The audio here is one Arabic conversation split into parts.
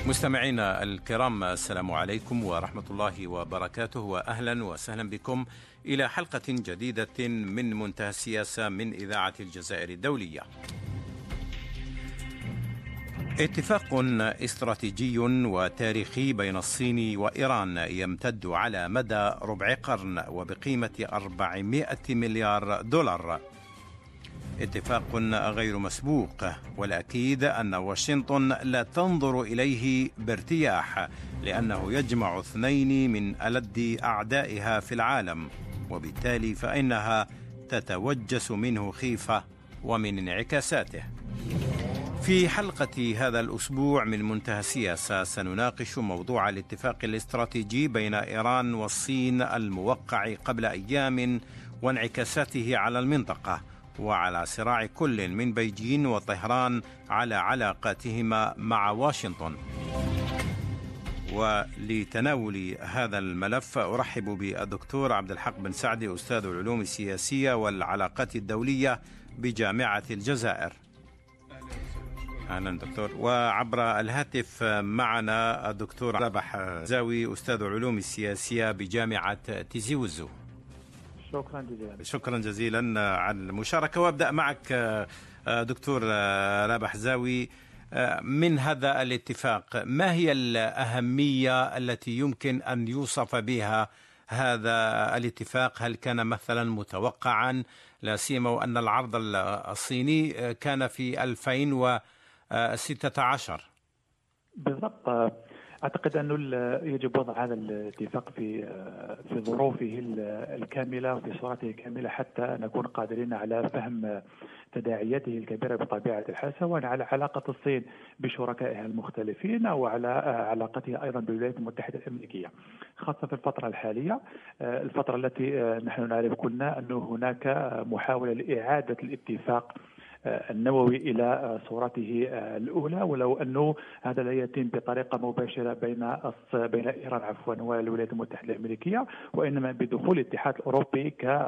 مستمعينا الكرام، السلام عليكم ورحمة الله وبركاته، وأهلا وسهلا بكم إلى حلقة جديدة من منتهى السياسة من إذاعة الجزائر الدولية. اتفاق استراتيجي وتاريخي بين الصين وإيران يمتد على مدى ربع قرن وبقيمة 400 مليار دولار. اتفاق غير مسبوق، والأكيد أن واشنطن لا تنظر إليه بارتياح، لأنه يجمع اثنين من ألد أعدائها في العالم، وبالتالي فإنها تتوجس منه خيفة ومن انعكاساته. في حلقة هذا الأسبوع من منتهى السياسة سنناقش موضوع الاتفاق الاستراتيجي بين إيران والصين الموقع قبل أيام وانعكاساته على المنطقة، وعلى صراع كل من بيجين وطهران على علاقاتهما مع واشنطن. ولتناول هذا الملف أرحب بالدكتور عبد الحق بن سعدي، أستاذ العلوم السياسية والعلاقات الدولية بجامعة الجزائر. أهلا دكتور. وعبر الهاتف معنا الدكتور رابح زاوي، أستاذ العلوم السياسية بجامعة تيزي وزو. شكرا جزيلا على المشاركة. وابدأ معك دكتور رابح زاوي، من هذا الاتفاق ما هي الأهمية التي يمكن أن يوصف بها هذا الاتفاق؟ هل كان مثلا متوقعا، لا سيما وأن العرض الصيني كان في 2016؟ بالضبط. أعتقد أنه يجب وضع هذا الاتفاق في ظروفه الكاملة وفي صورته الكاملة حتى نكون قادرين على فهم تداعياته الكبيرة بطبيعة الحال، سواء على علاقة الصين بشركائها المختلفين أو على علاقتها أيضا بالولايات المتحدة الأمريكية، خاصة في الفترة الحالية، الفترة التي نحن نعرف كلنا أنه هناك محاولة لإعادة الاتفاق النووي إلى صورته الأولى، ولو أنه هذا لا يتم بطريقة مباشرة بين إيران والولايات المتحدة الأمريكية، وإنما بدخول الاتحاد الأوروبي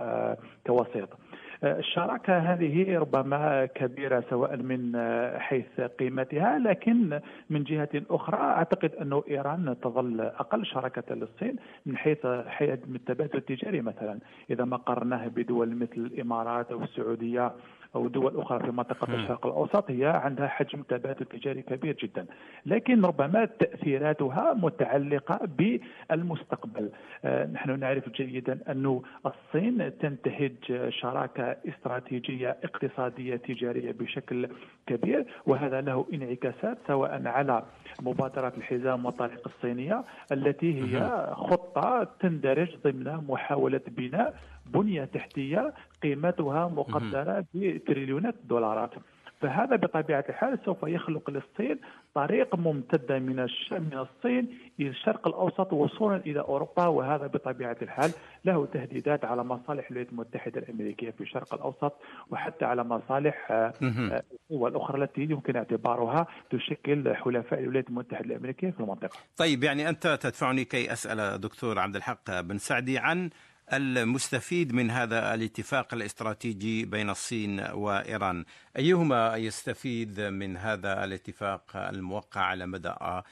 كوسيط. الشراكة هذه ربما كبيرة سواء من حيث قيمتها، لكن من جهة أخرى أعتقد أن إيران تظل أقل شراكة للصين من حيث التبادل التجاري. مثلا إذا ما قارناه بدول مثل الإمارات أو السعودية أو دول أخرى في منطقة الشرق الأوسط، هي عندها حجم تبادل تجاري كبير جدا، لكن ربما تأثيراتها متعلقة بالمستقبل. نحن نعرف جيدا أن الصين تنتهج شراكة استراتيجية اقتصادية تجارية بشكل كبير، وهذا له انعكاسات سواء على مبادرة الحزام والطريق الصينية التي هي خطة تندرج ضمن محاولة بناء بنية تحتية قيمتها مقدرة بتريليونات الدولارات. فهذا بطبيعة الحال سوف يخلق للصين طريق ممتدة من الصين إلى الشرق الأوسط وصولا إلى أوروبا، وهذا بطبيعة الحال له تهديدات على مصالح الولايات المتحدة الأمريكية في الشرق الأوسط، وحتى على مصالح الدول الأخرى التي يمكن اعتبارها تشكل حلفاء الولايات المتحدة الأمريكية في المنطقة. طيب، يعني أنت تدفعني كي أسأل دكتور عبد الحق بن سعدي عن المستفيد من هذا الاتفاق الاستراتيجي بين الصين وإيران. أيهما يستفيد من هذا الاتفاق الموقع على مدى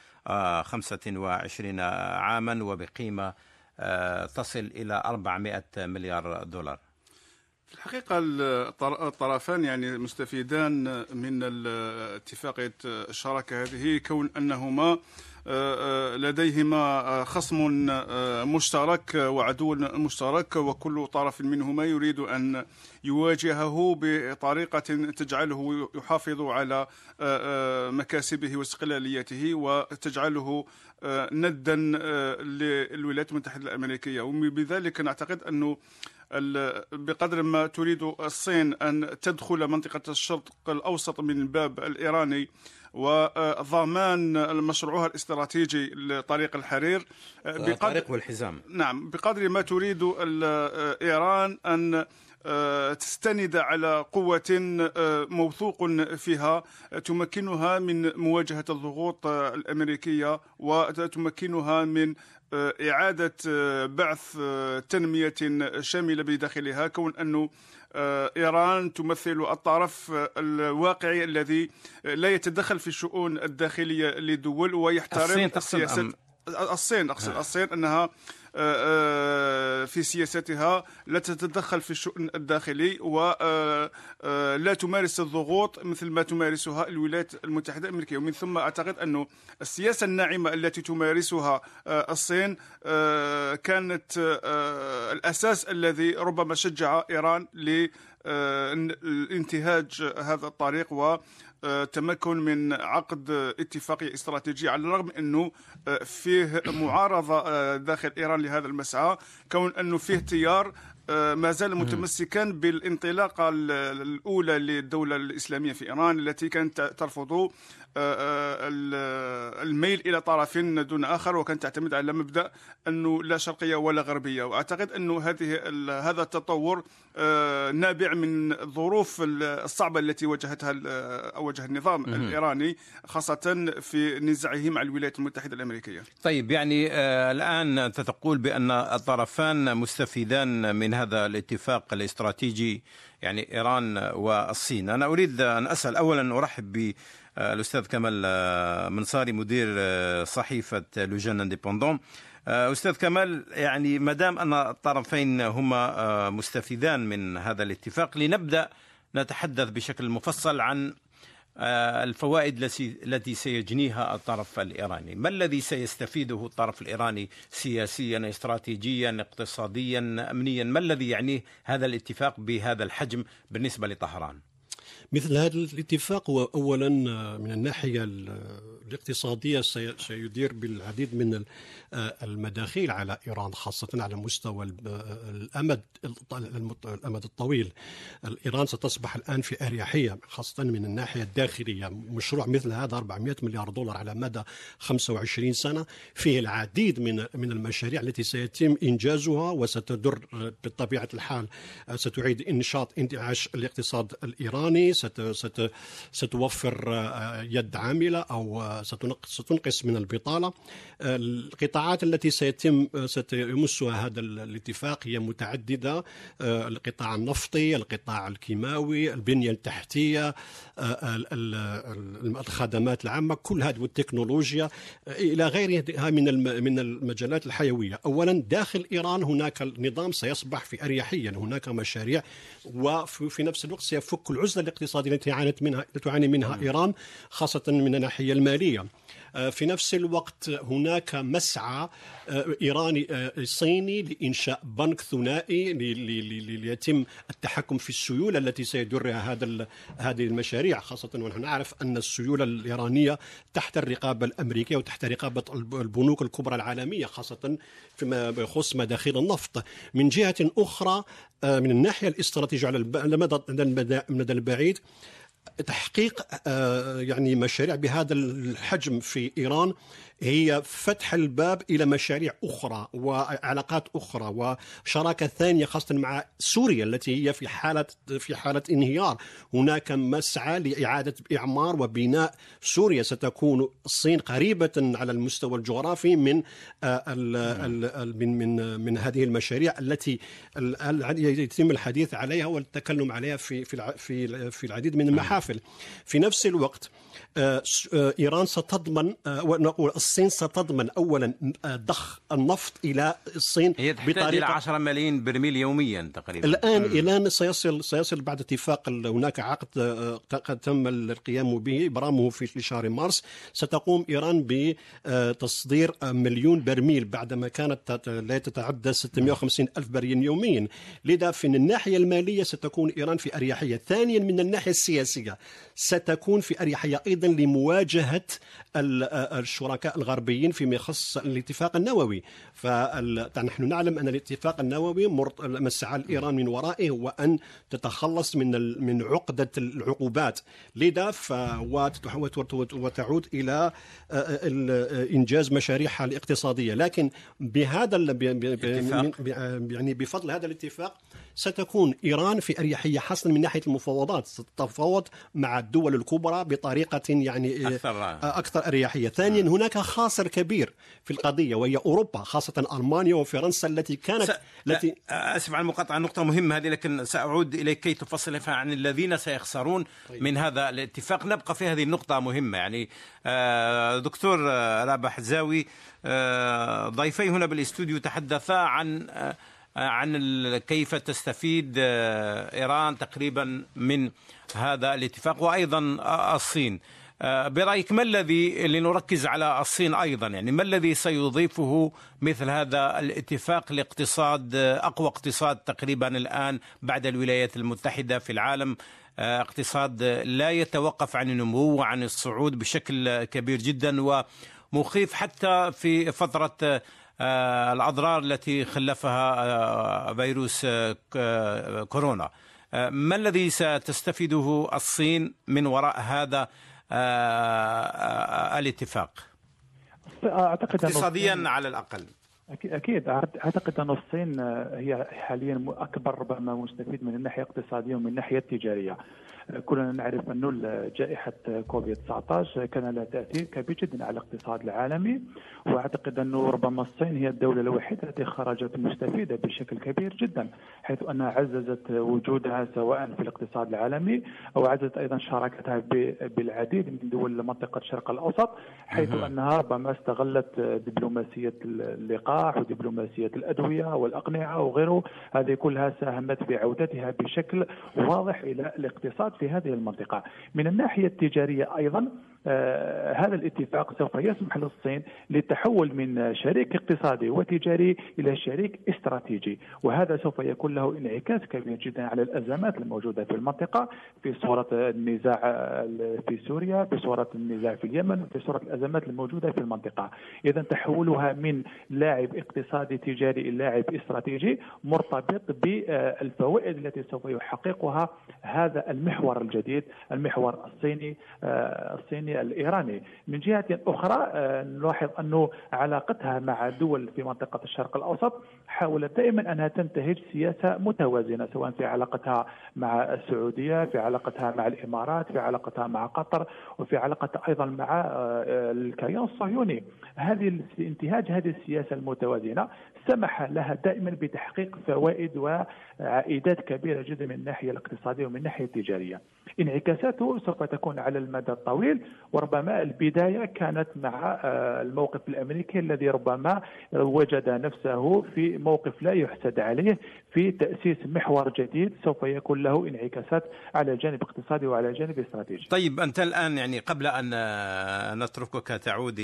25 عاما وبقيمة تصل إلى 400 مليار دولار؟ في الحقيقة الطرفان يعني مستفيدان من اتفاقية الشراكة هذه، كون أنهما لديهما خصم مشترك وعدو مشترك، وكل طرف منهما يريد أن يواجهه بطريقة تجعله يحافظ على مكاسبه واستقلاليته وتجعله ندا للولايات المتحدة الأمريكية. وبذلك نعتقد أنه بقدر ما تريد الصين أن تدخل منطقة الشرق الأوسط من الباب الإيراني وضمان مشروعها الاستراتيجي لطريق الحرير الطريق والحزام، نعم، بقدر ما تريد إيران أن تستند على قوة موثوق فيها تمكنها من مواجهة الضغوط الأمريكية وتمكنها من إعادة بعث تنمية شاملة بداخلها، كون أنه إيران تمثل الطرف الواقعي الذي لا يتدخل في الشؤون الداخلية للدول ويحترم سياسة الصين. أقصد الصين أنها في سياستها لا تتدخل في الشؤون الداخلي ولا تمارس الضغوط مثل ما تمارسها الولايات المتحدة الأمريكية. ومن ثم أعتقد أن السياسة الناعمة التي تمارسها الصين كانت الأساس الذي ربما شجع إيران لانتهاج هذا الطريق وتمكن من عقد اتفاقية استراتيجية، على الرغم أنه فيه معارضة داخل إيران لهذا المسعى، كون أنه فيه تيار ما زال متمسكا بالانطلاقة الأولى للدولة الإسلامية في إيران التي كانت ترفض الميل إلى طرف دون آخر، وكانت تعتمد على مبدأ أنه لا شرقية ولا غربية. وأعتقد أنه هذا التطور نابع من الظروف الصعبة التي واجه النظام الإيراني، خاصة في نزاعه مع الولايات المتحدة الأمريكية. طيب، يعني الآن أنت تقول بأن الطرفان مستفيدان من هذا الاتفاق الاستراتيجي، يعني إيران والصين. أنا أريد أن أسأل أولا، أرحب بالأستاذ كمال منصاري مدير صحيفة لوجان انديبندون. أستاذ كمال، يعني مدام أن الطرفين هما مستفيدان من هذا الاتفاق، لنبدأ نتحدث بشكل مفصل عن الفوائد التي سيجنيها الطرف الإيراني. ما الذي سيستفيده الطرف الإيراني سياسيا، استراتيجيا، اقتصاديا، أمنيا؟ ما الذي يعنيه هذا الاتفاق بهذا الحجم بالنسبة لطهران؟ مثل هذا الاتفاق هو أولا من الناحية الاقتصادية سيدير بالعديد من المداخيل على إيران، خاصة على مستوى الأمد الطويل. إيران ستصبح الآن في أريحية، خاصة من الناحية الداخلية. مشروع مثل هذا 400 مليار دولار على مدى 25 سنة فيه العديد من المشاريع التي سيتم إنجازها وستدر بطبيعة الحال، ستعيد انعاش الاقتصاد الإيراني، ستوفر يد عاملة أو ستنقص من البطالة. القطاعات التي سيمسها هذا الاتفاق هي متعددة: القطاع النفطي، القطاع الكيماوي، البنية التحتية، الخدمات العامة، كل هذه والتكنولوجيا إلى غيرها من المجالات الحيوية. أولا داخل إيران هناك النظام سيصبح في أريحية، هناك مشاريع، وفي نفس الوقت سيفك العزلة الاقتصادية التي تعاني منها إيران، خاصة من الناحية المالية. في نفس الوقت هناك مسعى إيراني صيني لإنشاء بنك ثنائي ليتم التحكم في السيولة التي سيدرها هذه المشاريع، خاصة ونحن نعرف أن السيولة الإيرانية تحت الرقابة الأمريكية وتحت رقابة البنوك الكبرى العالمية، خاصة فيما يخص مداخيل النفط. من جهة أخرى من الناحية الاستراتيجية على المدى البعيد، تحقيق يعني مشاريع بهذا الحجم في إيران هي فتح الباب إلى مشاريع أخرى وعلاقات أخرى وشراكة ثانية، خاصة مع سوريا التي هي في حالة انهيار. هناك مسعى لإعادة إعمار وبناء سوريا. ستكون الصين قريبة على المستوى الجغرافي من هذه المشاريع التي يتم الحديث عليها والتكلم عليها في العديد من المحافل. في نفس الوقت إيران ستضمن، ونقول الصين ستضمن أولا ضخ النفط إلى الصين بطريقة إلى 10 ملايين برميل يوميا تقريبا. الآن سيصل بعد اتفاق، هناك عقد تم القيام به إبرامه في شهر مارس. ستقوم إيران بتصدير 1,000,000 برميل بعدما كانت لا تتعدى 650 ألف برميل يوميا. لذا في الناحية المالية ستكون إيران في أريحية. ثانيا من الناحية السياسية، الدبلوماسية ستكون في أريحية أيضا لمواجهة الشركاء الغربيين فيما يخص الاتفاق النووي. فنحن نعلم أن الاتفاق النووي مسعى إيران من ورائه وأن تتخلص من عقدة العقوبات، لذا وتعود إلى إنجاز مشاريعها الاقتصادية. لكن بهذا يعني بفضل هذا الاتفاق ستكون إيران في أريحية حسنا من ناحية المفاوضات، ستتفاوض مع الدول الكبرى بطريقة يعني أكثر أريحية. ثانيا هناك خاسر كبير في القضية وهي أوروبا، خاصة ألمانيا وفرنسا التي كانت أسف على المقاطعة، نقطة مهمة هذه، لكن سأعود إليك كي تفصل عن الذين سيخسرون من هذا الاتفاق. نبقى في هذه النقطة مهمة. يعني دكتور رابح زاوي، ضيفي هنا بالاستوديو تحدثا عن كيف تستفيد إيران تقريبا من هذا الاتفاق، وأيضا الصين. برأيك ما الذي لنركز على الصين أيضا، يعني ما الذي سيضيفه مثل هذا الاتفاق لاقتصاد أقوى اقتصاد تقريبا الآن بعد الولايات المتحدة في العالم، اقتصاد لا يتوقف عن النمو وعن الصعود بشكل كبير جدا، ومخيف حتى في فترة الأضرار التي خلفها فيروس كورونا. ما الذي ستستفيده الصين من وراء هذا الاتفاق اقتصاديا على الأقل؟ أكيد أعتقد أن الصين هي حاليا أكبر ربما مستفيد من الناحية الاقتصادية ومن الناحية التجارية. كلنا نعرف أن جائحة كوفيد-19 كان لها تأثير كبير جدا على الاقتصاد العالمي، وأعتقد أنه ربما الصين هي الدولة الوحيدة التي خرجت مستفيدة بشكل كبير جدا، حيث أنها عززت وجودها سواء في الاقتصاد العالمي أو عززت أيضا شراكتها بالعديد من دول منطقة الشرق الأوسط، حيث أنها ربما استغلت دبلوماسية اللقاح ودبلوماسية الأدوية والأقنعة وغيره. هذه كلها ساهمت في عودتها بشكل واضح إلى الاقتصاد في هذه المنطقة. من الناحية التجارية أيضا هذا الاتفاق سوف يسمح للصين للتحول من شريك اقتصادي وتجاري إلى شريك استراتيجي، وهذا سوف يكون له انعكاس كبير جدا على الأزمات الموجودة في المنطقة، في صورة النزاع في سوريا، في صورة النزاع في اليمن، في صورة الأزمات الموجودة في المنطقة. إذا تحولها من لاعب اقتصادي تجاري إلى لاعب استراتيجي مرتبط بالفوائد التي سوف يحققها هذا المحور الجديد، المحور الصيني الإيراني. من جهة أخرى نلاحظ أنه علاقتها مع دول في منطقة الشرق الأوسط حاولت دائما أنها تنتهج سياسة متوازنة، سواء في علاقتها مع السعودية، في علاقتها مع الإمارات، في علاقتها مع قطر، وفي علاقتها أيضا مع الكيان الصهيوني. انتهاج هذه السياسة المتوازنة سمح لها دائما بتحقيق فوائد وعائدات كبيرة جدا من الناحية الاقتصادية ومن الناحية التجارية. انعكاساته سوف تكون على المدى الطويل، وربما البداية كانت مع الموقف الأمريكي الذي ربما وجد نفسه في موقف لا يحسد عليه في تأسيس محور جديد سوف يكون له انعكاسات على الجانب الاقتصادي وعلى الجانب الاستراتيجي. طيب أنت الآن يعني قبل أن نتركك تعود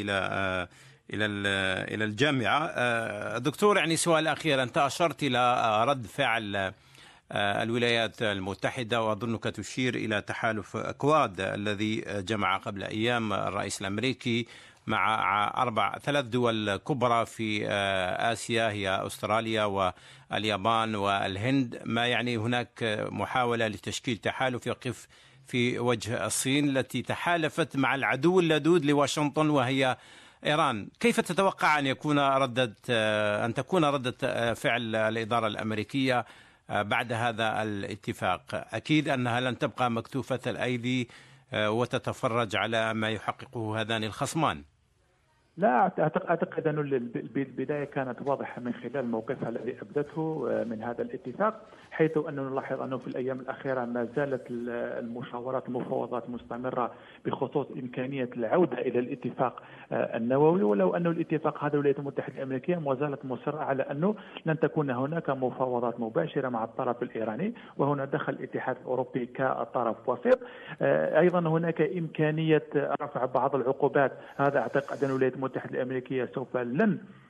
إلى الجامعة دكتور، يعني سؤال أخير، أنت أشرت إلى رد فعل الولايات المتحدة، وأظنك تشير إلى تحالف كواد الذي جمع قبل أيام الرئيس الأمريكي مع 3 دول كبرى في آسيا، هي أستراليا واليابان والهند، ما يعني هناك محاولة لتشكيل تحالف يقف في وجه الصين التي تحالفت مع العدو اللدود لواشنطن وهي إيران. كيف تتوقع أن تكون ردة فعل الإدارة الأمريكية بعد هذا الاتفاق؟ أكيد أنها لن تبقى مكتوفة الأيدي وتتفرج على ما يحققه هذان الخصمان. لا أعتقد أن البداية كانت واضحة من خلال موقفها الذي أبدته من هذا الاتفاق، حيث أننا نلاحظ أنه في الأيام الأخيرة ما زالت المفاوضات مستمرة بخصوص إمكانية العودة إلى الاتفاق النووي، ولو أن الاتفاق هذا الولايات المتحدة الأمريكية ما زالت مصرة على أنه لن تكون هناك مفاوضات مباشرة مع الطرف الإيراني، وهنا دخل الاتحاد الأوروبي كطرف وسيط. أيضا هناك إمكانية رفع بعض العقوبات، هذا أعتقد أن الولايات المتحدة الأمريكية سوف لن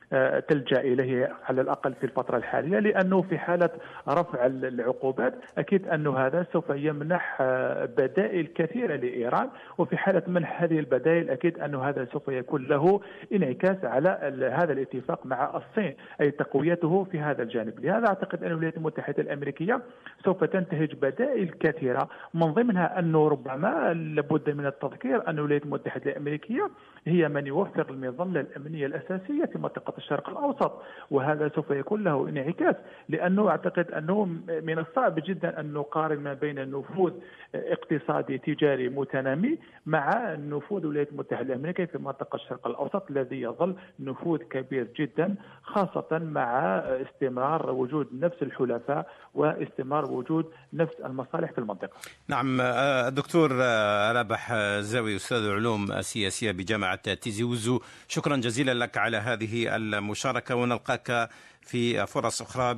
تلجأ إليه على الأقل في الفترة الحالية، لأنه في حالة رفع العقوبات أكيد أن هذا سوف يمنح بدائل كثيرة لإيران، وفي حالة منح هذه البدائل أكيد أن هذا سوف يكون له انعكاس على هذا الاتفاق مع الصين، أي تقويته في هذا الجانب. لهذا أعتقد أن الولايات المتحدة الأمريكية سوف تنتهج بدائل كثيرة، من ضمنها أنه ربما لابد من التذكير أن الولايات المتحدة الأمريكية هي من يوفر المظلة الأمنية الأساسية في منطقة الشرق الأوسط، وهذا سوف يكون له انعكاس، لأنه أعتقد أنه من الصعب جدا أن نقارن ما بين نفوذ اقتصادي تجاري متنامي مع نفوذ الولايات المتحدة الأمريكية في منطقة الشرق الأوسط الذي يظل نفوذ كبير جدا، خاصة مع استمرار وجود نفس الحلفاء واستمرار وجود نفس المصالح في المنطقة. نعم، الدكتور رابح زاوي، أستاذ العلوم السياسية بجامعة تيزي وزو، شكرا جزيلا لك على هذه المشاركة، ونلقاك في فرص أخرى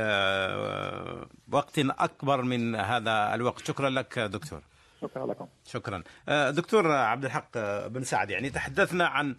بوقت أكبر من هذا الوقت. شكرا لك دكتور. شكرا لكم. شكرا. دكتور عبد الحق بن سعد، يعني تحدثنا عن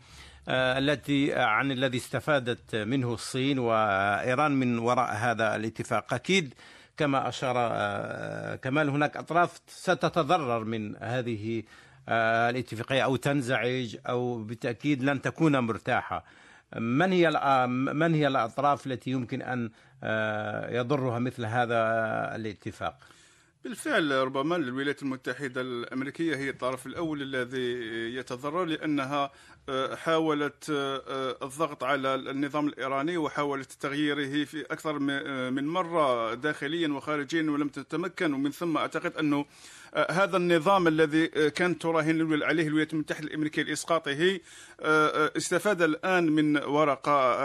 الذي استفادت منه الصين وإيران من وراء هذا الاتفاق. أكيد كما أشار كمال هناك أطراف ستتضرر من هذه الاتفاقية أو تنزعج أو بالتأكيد لن تكون مرتاحة. من هي الأطراف التي يمكن أن يضرها مثل هذا الاتفاق؟ بالفعل ربما الولايات المتحدة الأمريكية هي الطرف الأول الذي يتضرر، لأنها حاولت الضغط على النظام الإيراني وحاولت تغييره في أكثر من مرة داخليا وخارجيا ولم تتمكن. ومن ثم أعتقد أنه هذا النظام الذي كانت تراهن عليه الولايات المتحدة الأمريكية لإسقاطه استفاد الآن من ورقة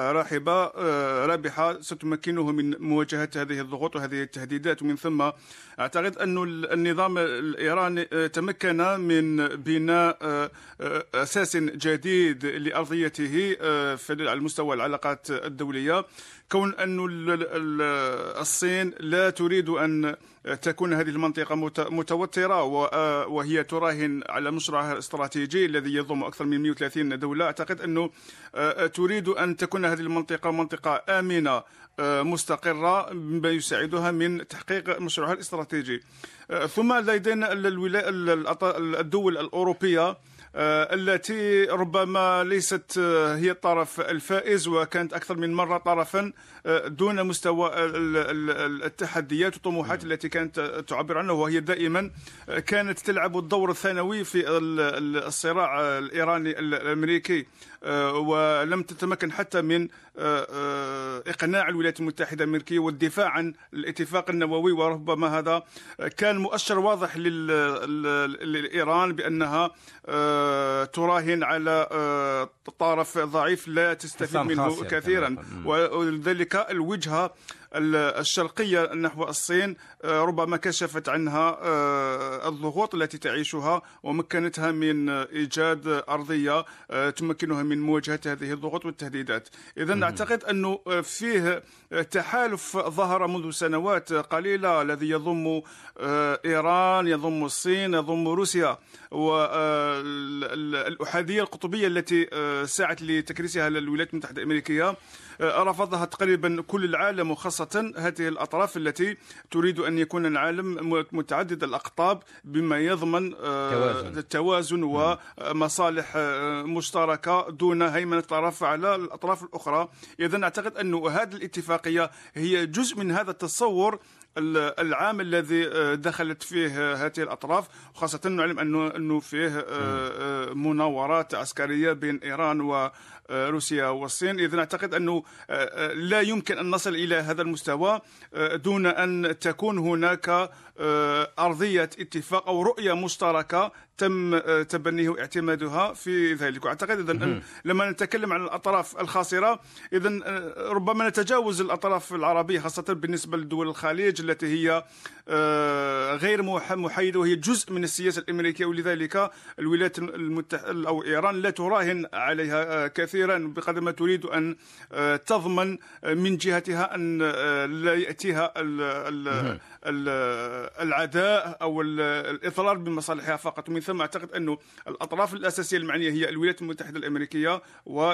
رابحة ستمكنه من مواجهة هذه الضغوط وهذه التهديدات. ومن ثم أعتقد أن النظام الإيراني تمكن من بناء أساس جديد لأرضيته على مستوى العلاقات الدولية، كون أن الصين لا تريد أن تكون هذه المنطقة متوترة وهي تراهن على مشروعها الاستراتيجي الذي يضم أكثر من 130 دولة. أعتقد أنه تريد أن تكون هذه المنطقة منطقة آمنة مستقرة بما يساعدها من تحقيق مشروعها الاستراتيجي. ثم لدينا الدول الأوروبية التي ربما ليست هي الطرف الفائز، وكانت أكثر من مرة طرفا دون مستوى التحديات والطموحات التي كانت تعبر عنها، وهي دائما كانت تلعب الدور الثانوي في الصراع الإيراني الأمريكي، ولم تتمكن حتى من إقناع الولايات المتحدة الأمريكية والدفاع عن الاتفاق النووي. وربما هذا كان مؤشر واضح لإيران بأنها تراهن على طرف ضعيف لا تستفيد منه كثيرا، ولذلك الوجهة الشرقية نحو الصين ربما كشفت عنها الضغوط التي تعيشها ومكنتها من إيجاد أرضية تمكنها من مواجهة هذه الضغوط والتهديدات. إذن أعتقد أنه فيه تحالف ظهر منذ سنوات قليلة الذي يضم إيران، يضم الصين، يضم روسيا، والأحادية القطبية التي سعت لتكريسها الولايات المتحدة الأمريكية رفضها تقريبا كل العالم، وخاصة هذه الأطراف التي تريد أن يكون العالم متعدد الأقطاب بما يضمن التوازن ومصالح مشتركة دون هيمنة طرف على الأطراف الأخرى. إذن أعتقد أن هذه الاتفاقية هي جزء من هذا التصور العام الذي دخلت فيه هذه الأطراف، وخاصة نعلم أنه فيه مناورات عسكرية بين إيران وروسيا والصين. إذن أعتقد أنه لا يمكن أن نصل إلى هذا المستوى دون أن تكون هناك أرضية اتفاق أو رؤية مشتركة تم تبنيه واعتمادها في ذلك. وأعتقد إذن لما نتكلم عن الأطراف الخاسرة إذن ربما نتجاوز الأطراف العربية، خاصة بالنسبة لدول الخليج التي هي غير محايدة، وهي جزء من السياسة الأمريكية، ولذلك الولايات المتحدة أو إيران لا تراهن عليها كثيرا بقدر ما تريد أن تضمن من جهتها أن لا يأتيها العداء أو الإضرار بمصالحها فقط. ومن ثم أعتقد أن الأطراف الأساسية المعنية هي الولايات المتحدة الأمريكية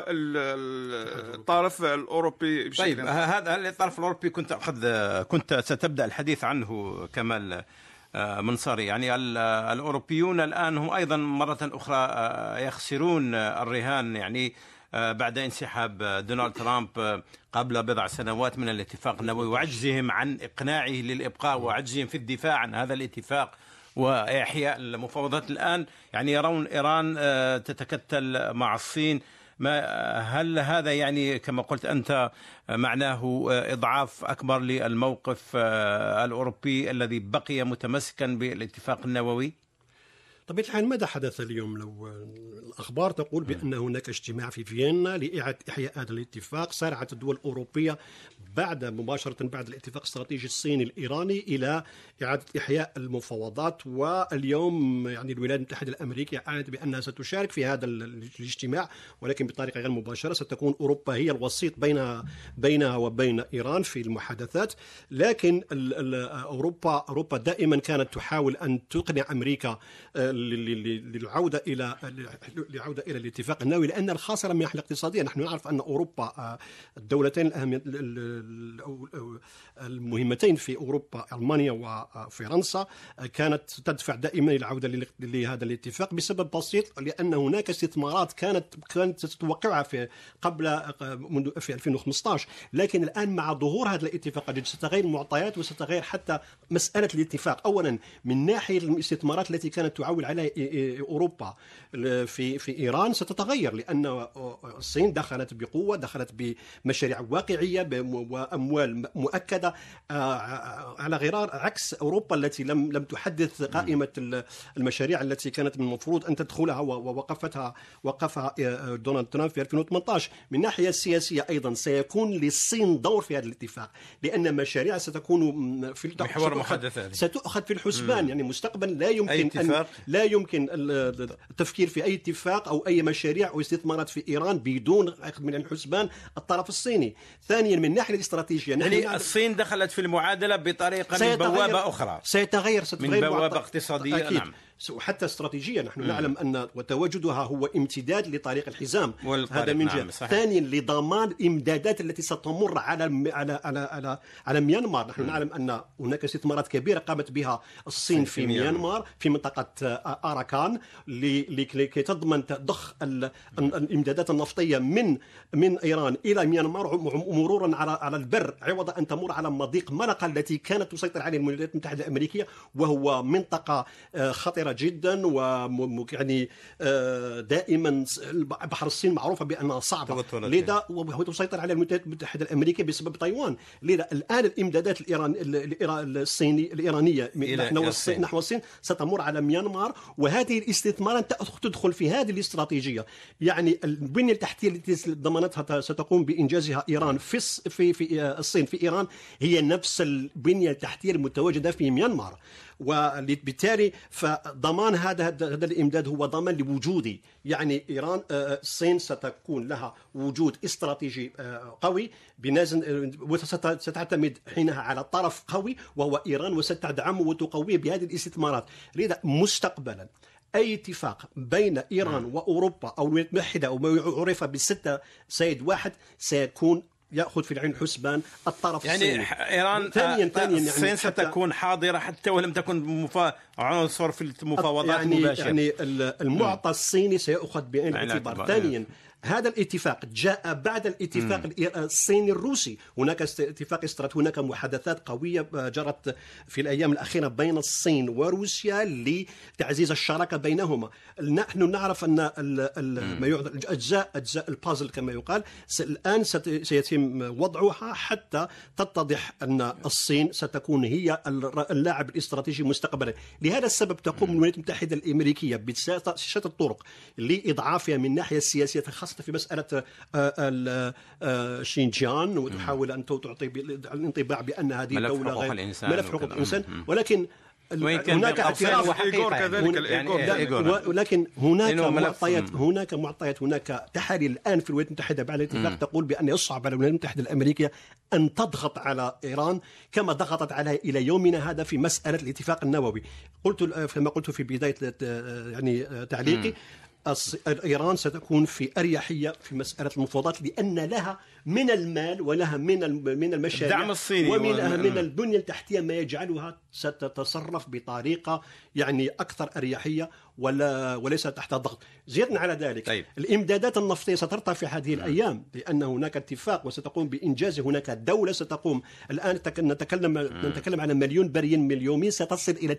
والطرف الأوروبي بشكل طيب، هذا الطرف الأوروبي كنت ستبدأ الحديث عنه كمال منصري. يعني الأوروبيون الآن هم أيضا مرة أخرى يخسرون الرهان، يعني بعد انسحاب دونالد ترامب قبل بضع سنوات من الاتفاق النووي، وعجزهم عن إقناعه للإبقاء، وعجزهم في الدفاع عن هذا الاتفاق وإحياء المفاوضات. الآن يعني يرون إيران تتكتل مع الصين. هل هذا يعني كما قلت أنت معناه إضعاف أكبر للموقف الأوروبي الذي بقي متمسكا بالاتفاق النووي؟ طبيعة الحال ماذا حدث اليوم؟ لو الأخبار تقول بأن هناك اجتماع في فيينا لإعادة إحياء هذا الاتفاق، سارعت الدول الأوروبية مباشرة بعد الاتفاق الاستراتيجي الصيني الإيراني إلى إعادة إحياء المفاوضات. واليوم يعني الولايات المتحدة الأمريكية أعلنت بأنها ستشارك في هذا الاجتماع، ولكن بطريقة غير مباشرة. ستكون أوروبا هي الوسيط بينها وبين إيران في المحادثات. لكن أوروبا دائما كانت تحاول أن تقنع أمريكا للعودة إلى الاتفاق النووي، لأن الخاسرة من الناحية الاقتصادية. نحن نعرف أن أوروبا الدولتين المهمتين في أوروبا ألمانيا وفرنسا كانت تدفع دائما العودة لهذا الاتفاق بسبب بسيط، لأن هناك استثمارات كانت تتوقعها منذ 2015. لكن الآن مع ظهور هذا الاتفاق الجديد ستتغير المعطيات وستتغير حتى مسألة الاتفاق. أولا من ناحية الاستثمارات التي كانت تعول عليها أوروبا في إيران ستتغير، لأن الصين دخلت بقوة، دخلت بمشاريع واقعية وأموال مؤكدة على غرار عكس أوروبا التي لم تحدث قائمة المشاريع التي كانت من المفروض أن تدخلها وقفها دونالد ترامب في 2018. من الناحية السياسية أيضا سيكون للصين دور في هذا الاتفاق، لأن مشاريع ستكون في محور محادثات ستؤخذ في الحسبان. يعني مستقبلا لا يمكن التفكير في أي اتفاق أو أي مشاريع أو استثمارات في إيران بدون أخذ من الحسبان الطرف الصيني. ثانيا من الناحية الاستراتيجية، يعني الصين دخلت في المعادلة بطريقة من بوابة أخرى، سيتغير من بوابة اقتصادية. نعم، وحتى استراتيجية. نحن نعلم أن وتواجدها هو امتداد لطريق الحزام، هذا من جهة. ثانيا لضمان الإمدادات التي ستمر على ميانمار. نحن نعلم أن هناك استثمارات كبيرة قامت بها الصين في ميانمار في منطقة أراكان لكي تضمن ضخ الإمدادات النفطية من إيران إلى ميانمار مرورا على البر، عوض أن تمر على مضيق ملقا التي كانت تسيطر عليه الولايات المتحدة الأمريكية، وهو منطقة خطيرة جدا. ويعني دائما بحر الصين معروفة بأنها صعبة، لذا وهو تسيطر على الولايات المتحدة الأمريكية بسبب تايوان. لذا الآن الإمدادات الإيرانية نحو الصين ستمر على ميانمار، وهذه الاستثمارات تدخل في هذه الاستراتيجية. يعني البنية التحتية التي ضمنتها ستقوم بإنجازها إيران في الصين في إيران هي نفس البنية التحتية المتواجدة في ميانمار، وبالتالي فضمان هذا الإمداد هو ضمان لوجودي. يعني إيران الصين ستكون لها وجود استراتيجي قوي وستعتمد حينها على طرف قوي وهو إيران، وستدعمه وتقويه بهذه الاستثمارات. لذا مستقبلا أي اتفاق بين إيران وأوروبا أو الولايات المتحدة أو ما يعرف بالستة سيد واحد سيكون يأخذ في العين الحسبان الطرف يعني الصيني. إيران ثانيا الصين ستكون حاضرة حتى ولم تكن عنصر في المفاوضات المباشرة. يعني المعطى الصيني سيأخذ بعين الاعتبار. ثانيا هذا الاتفاق جاء بعد الاتفاق الصيني الروسي. هناك اتفاق استراتيجي، هناك محادثات قوية جرت في الأيام الأخيرة بين الصين وروسيا لتعزيز الشراكة بينهما. نحن نعرف أن ما أجزاء البازل كما يقال الآن سيتم وضعها حتى تتضح أن الصين ستكون هي اللاعب الاستراتيجي مستقبلا. لهذا السبب تقوم الولايات المتحدة الأمريكية بشتى الطرق لإضعافها من الناحية السياسية، خاصة في مسألة شينجيان، وتحاول أن تعطي الانطباع بأن هذه دولة غير ملف حقوق الإنسان، ولكن هناك اعتراف ولكن هناك معطيات، هناك تحاليل الآن في الولايات المتحدة بعد الاتفاق تقول بأن يصعب على الولايات المتحدة الأمريكية أن تضغط على إيران كما ضغطت عليها إلى يومنا هذا في مسألة الاتفاق النووي. كما قلت في بداية يعني تعليقي، إيران ستكون في أريحية في مسألة المفاوضات، لأن لها من المال ولها من المشاريع ومن البنية التحتية ما يجعلها ستتصرف بطريقة يعني أكثر أريحية وليس تحت ضغط. زيادة على ذلك الإمدادات النفطية سترتفع هذه الأيام، لأن هناك اتفاق وستقوم بإنجاز، هناك دولة ستقوم الآن نتكلم على مليون بريل يوميا، ستصل إلى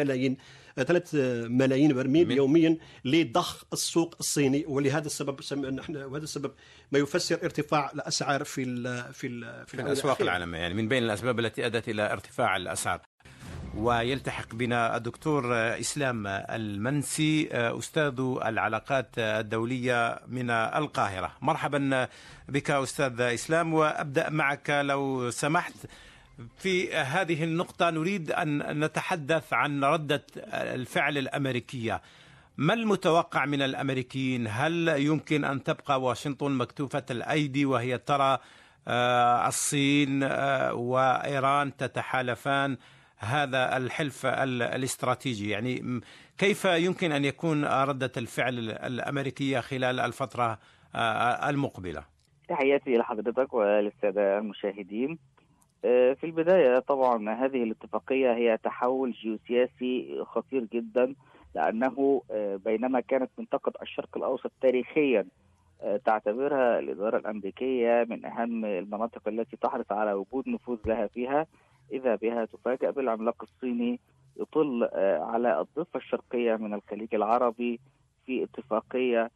3 ملايين برميل يوميا لضخ السوق الصيني. ولهذا السبب وهذا السبب ما يفسر ارتفاع الأسعار في الأسواق العالمية، يعني من بين الأسباب التي أدت إلى ارتفاع الأسعار. ويلتحق بنا الدكتور إسلام المنسي، أستاذ العلاقات الدولية من القاهرة. مرحبا بك أستاذ إسلام، وأبدأ معك لو سمحت. في هذه النقطة نريد أن نتحدث عن ردة الفعل الأمريكية. ما المتوقع من الأمريكيين؟ هل يمكن أن تبقى واشنطن مكتوفة الأيدي وهي ترى الصين وإيران تتحالفان هذا الحلف الاستراتيجي؟ يعني كيف يمكن أن يكون ردة الفعل الأمريكية خلال الفترة المقبلة؟ تحياتي لحضرتك وللسادة المشاهدين. في البداية طبعا هذه الاتفاقية هي تحول جيوسياسي خطير جدا، لأنه بينما كانت منطقة الشرق الأوسط تاريخيا تعتبرها الإدارة الأمريكية من أهم المناطق التي تحرص على وجود نفوذ لها فيها، إذا بها تفاجأ بالعملاق الصيني يطل على الضفة الشرقية من الخليج العربي في اتفاقية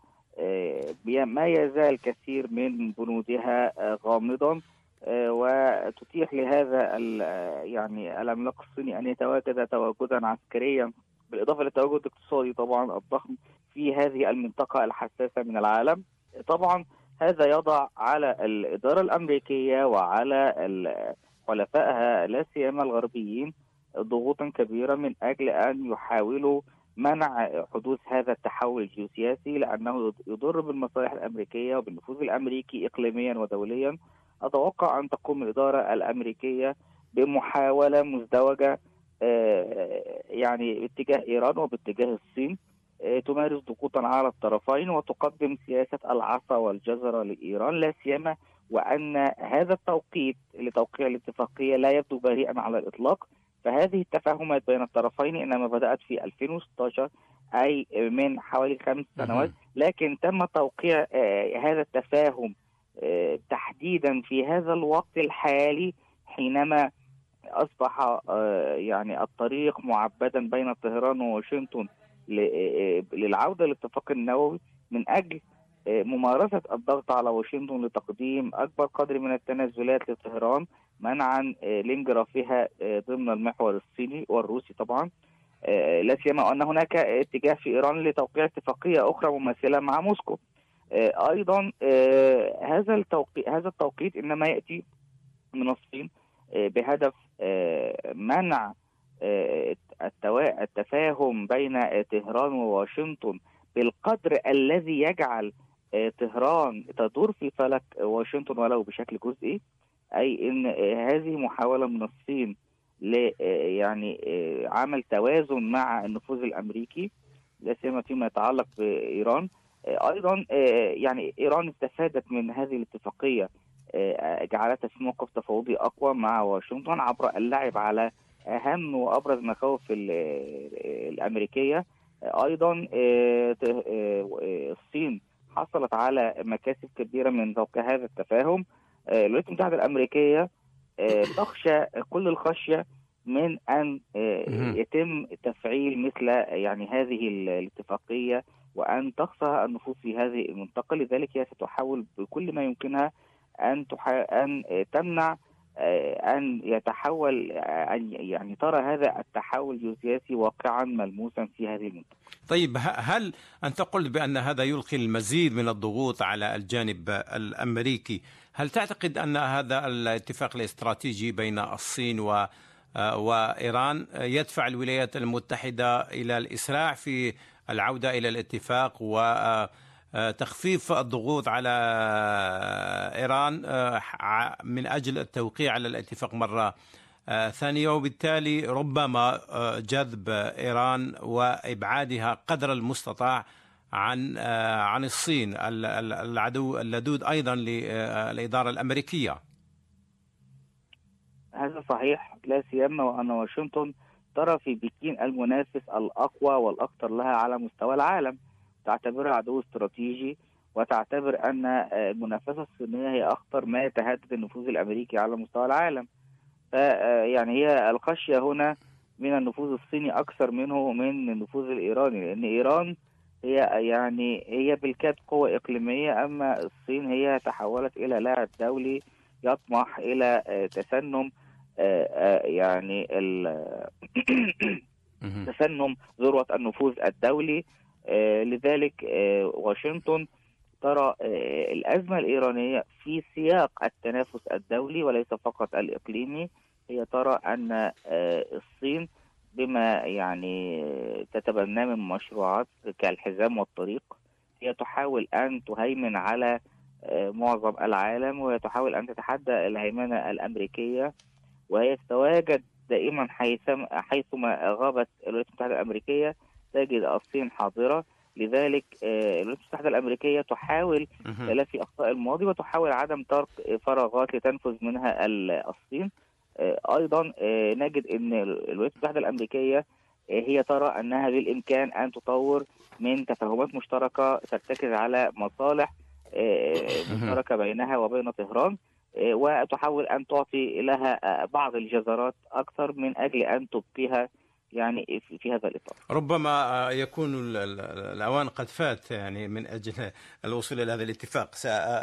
ما يزال كثير من بنودها غامضا، وتتيح لهذا يعني العملاق الصيني أن يتواجد تواجدا عسكريا بالإضافة للتواجد الاقتصادي طبعا الضخم في هذه المنطقة الحساسة من العالم. طبعا هذا يضع على الإدارة الأمريكية وعلى حلفائها لا سيما الغربيين ضغوطا كبيرة من أجل أن يحاولوا منع حدوث هذا التحول الجيوسياسي، لأنه يضر بالمصالح الأمريكية وبالنفوذ الأمريكي إقليميا ودوليا. أتوقع أن تقوم الإدارة الأمريكية بمحاولة مزدوجة يعني باتجاه إيران وباتجاه الصين، تمارس ضغوطا على الطرفين وتقدم سياسة العصا والجزرة لإيران، لا سيما وأن هذا التوقيت لتوقيع الاتفاقية لا يبدو بريئا على الإطلاق. فهذه التفاهمات بين الطرفين إنما بدأت في 2016، أي من حوالي 5 سنوات، لكن تم توقيع هذا التفاهم تحديدا في هذا الوقت الحالي حينما أصبح يعني الطريق معبدا بين طهران وواشنطن للعودة للاتفاق النووي، من أجل ممارسة الضغط على واشنطن لتقديم أكبر قدر من التنازلات لطهران منعا لانجرافها ضمن المحور الصيني والروسي طبعا، لا سيما أن هناك اتجاه في إيران لتوقيع اتفاقية أخرى مماثلة مع موسكو. أيضا هذا التوقيت إنما يأتي من الصين بهدف منع التفاهم بين طهران وواشنطن بالقدر الذي يجعل طهران تدور في فلك واشنطن ولو بشكل جزئي، أي إن هذه محاولة من الصين يعني عمل توازن مع النفوذ الأمريكي لا سيما فيما يتعلق بإيران. أيضا يعني إيران استفادت من هذه الاتفاقية، جعلتها في موقف تفاوضي أقوى مع واشنطن عبر اللعب على أهم وأبرز مخاوف الأمريكية. أيضا الصين حصلت على مكاسب كبيرة من توقيع هذا التفاهم. الولايات المتحدة الأمريكية تخشى كل الخشية من أن يتم تفعيل مثل يعني هذه الاتفاقية وأن تخسر النفوذ في هذه المنطقة، لذلك هي ستحاول بكل ما يمكنها أن تمنع أن يتحول، أن يعني ترى هذا التحول الجيوسياسي واقعا ملموسا في هذه المنطقة. طيب، هل أنت قلت بأن هذا يلقي المزيد من الضغوط على الجانب الأمريكي؟ هل تعتقد أن هذا الاتفاق الاستراتيجي بين الصين وإيران يدفع الولايات المتحدة إلى الإسراع في العودة إلى الاتفاق وتخفيف الضغوط على إيران من أجل التوقيع على الاتفاق مرة ثانية، وبالتالي ربما جذب إيران وإبعادها قدر المستطاع عن الصين العدو اللدود أيضا للإدارة الأمريكية؟ هذا صحيح، لا سيما وأن واشنطن ترى في بكين المنافس الأقوى والأخطر لها على مستوى العالم، تعتبرها عدو استراتيجي، وتعتبر أن المنافسة الصينية هي أخطر ما يتهدد النفوذ الأمريكي على مستوى العالم. يعني هي الخشية هنا من النفوذ الصيني أكثر منه من النفوذ الإيراني، لأن إيران هي بالكاد قوة إقليمية، أما الصين هي تحولت إلى لاعب دولي يطمح إلى تسنم يعني تسنم ذروة النفوذ الدولي. لذلك واشنطن ترى الأزمة الإيرانية في سياق التنافس الدولي وليس فقط الإقليمي. هي ترى أن الصين بما يعني تتبناه من مشروعات كالحزام والطريق هي تحاول أن تهيمن على معظم العالم، وتحاول أن تتحدى الهيمنة الأمريكية، وهي تتواجد دائما حيثما غابت الولايات المتحدة الأمريكية تجد الصين حاضرة. لذلك الولايات المتحدة الأمريكية تحاول تلافي أخطاء الماضي وتحاول عدم ترك فراغات لتنفذ منها الصين. أيضا نجد أن الولايات المتحدة الأمريكية هي ترى أنها بالإمكان أن تطور من تفاهمات مشتركة ترتكز على مصالح مشتركة بينها وبين طهران، وتحاول أن تعطي لها بعض الجزرات أكثر من أجل أن تبقيها يعني في هذا الإطار. ربما يكون الأوان قد فات يعني من أجل الوصول إلى هذا الاتفاق.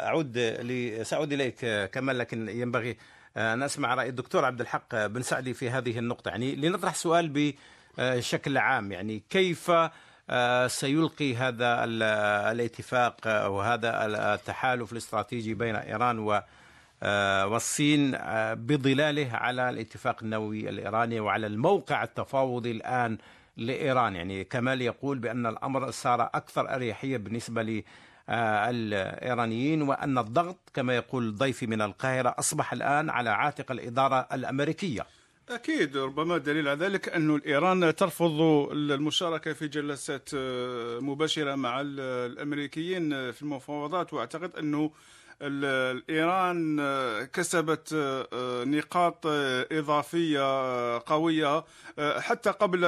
سأعود إليك كمال، لكن ينبغي أن أسمع رأي الدكتور عبد الحق بن سعدي في هذه النقطة. يعني لنطرح سؤال بشكل عام، يعني كيف سيلقي هذا الاتفاق وهذا التحالف الاستراتيجي بين إيران والصين بظلاله على الاتفاق النووي الإيراني وعلى الموقع التفاوضي الآن لإيران؟ يعني كمال يقول بأن الأمر صار أكثر أريحية بالنسبة للإيرانيين، وأن الضغط كما يقول ضيفي من القاهرة أصبح الآن على عاتق الإدارة الأمريكية. أكيد، ربما دليل على ذلك أن إيران ترفض المشاركة في جلسات مباشرة مع الأمريكيين في المفاوضات، وأعتقد أنه إيران كسبت نقاط إضافية قوية حتى قبل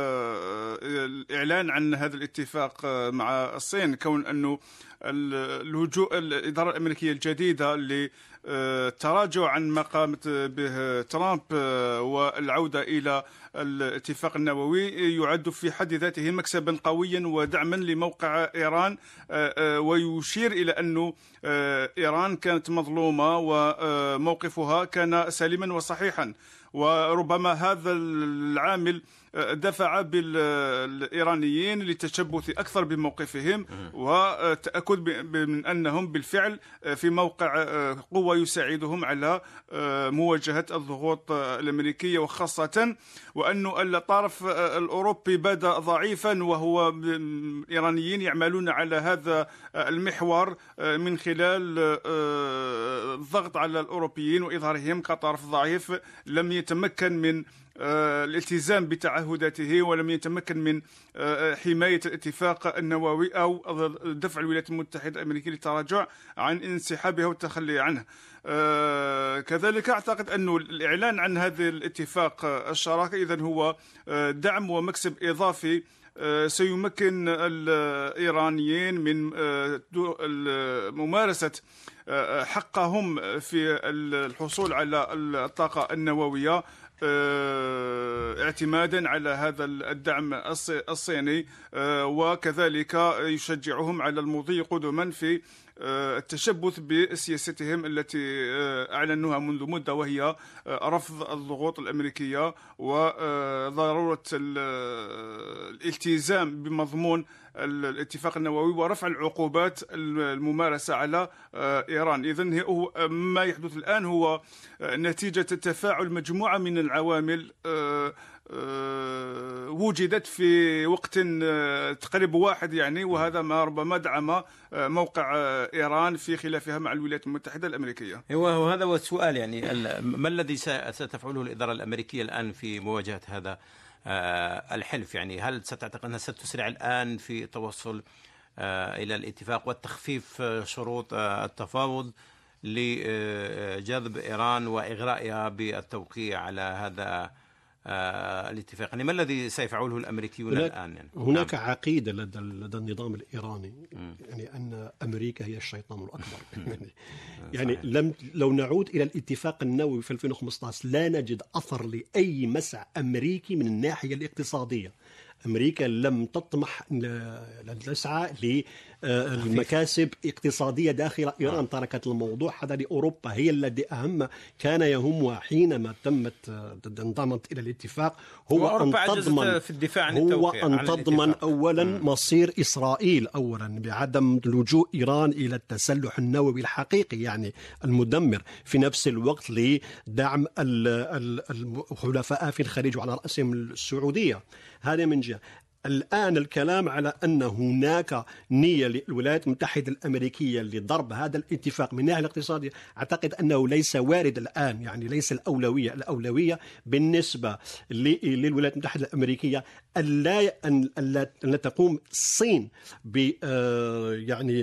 الإعلان عن هذا الاتفاق مع الصين، كون أنه اللجوء الإدارة الأمريكية الجديدة للتراجع عن ما قامت به ترامب والعودة إلى الاتفاق النووي يعد في حد ذاته مكسبا قويا ودعما لموقع إيران، ويشير إلى أنه إيران كانت مظلومة وموقفها كان سليما وصحيحا، وربما هذا العامل دفع بالإيرانيين للتشبث أكثر بموقفهم وتأكد من أنهم بالفعل في موقع قوة يساعدهم على مواجهة الضغوط الأمريكية، وخاصة وأن الطرف الأوروبي بدا ضعيفا، وهو الإيرانيين يعملون على هذا المحور من خلال الضغط على الأوروبيين وإظهارهم كطرف ضعيف لم يتمكن من الالتزام بتعهداته ولم يتمكن من حماية الاتفاق النووي أو دفع الولايات المتحدة الأمريكية للتراجع عن انسحابها والتخلي عنه. كذلك أعتقد أن الإعلان عن هذا الاتفاق الشراكة إذن هو دعم ومكسب إضافي سيمكن الإيرانيين من ممارسة حقهم في الحصول على الطاقة النووية اعتمادا على هذا الدعم الصيني، وكذلك يشجعهم على المضي قدما في التشبث بسياستهم التي أعلنوها منذ مدة، وهي رفض الضغوط الأمريكية وضرورة الالتزام بمضمون الاتفاق النووي ورفع العقوبات الممارسة على إيران. إذن ما يحدث الآن هو نتيجة تفاعل مجموعة من العوامل وجدت في وقت تقريب واحد يعني، وهذا ما ربما دعم موقع إيران في خلافها مع الولايات المتحدة الأمريكية. وهذا هو السؤال يعني، ما الذي ستفعله الإدارة الأمريكية الآن في مواجهة هذا الحلف؟ يعني هل ستعتقد أنها ستسرع الآن في التوصل إلى الاتفاق وتخفيف شروط التفاوض لجذب إيران وإغرائها بالتوقيع على هذا الاتفاق؟ يعني ما الذي سيفعله الأمريكيون الآن؟ يعني هناك عقيدة لدى النظام الإيراني يعني أن أمريكا هي الشيطان الأكبر. يعني لو نعود إلى الاتفاق النووي في 2015 لا نجد أثر لأي مسعى أمريكي من الناحية الاقتصادية. أمريكا لم تطمح تسعى للمكاسب اقتصادية داخل إيران، تركت الموضوع هذا لأوروبا، هي الذي كان يهمها حينما انضمت إلى الاتفاق هو أن تضمن أولا مصير إسرائيل أولا بعدم لجوء إيران إلى التسلح النووي الحقيقي يعني المدمر، في نفس الوقت لدعم الحلفاء في الخليج وعلى رأسهم السعودية. هذا من جهة. الآن الكلام على أن هناك نية للولايات المتحدة الأمريكية لضرب هذا الاتفاق من الناحية الاقتصادية، أعتقد أنه ليس وارد الآن، يعني ليس الأولوية بالنسبة للولايات المتحدة الأمريكية أن تقوم الصين ب يعني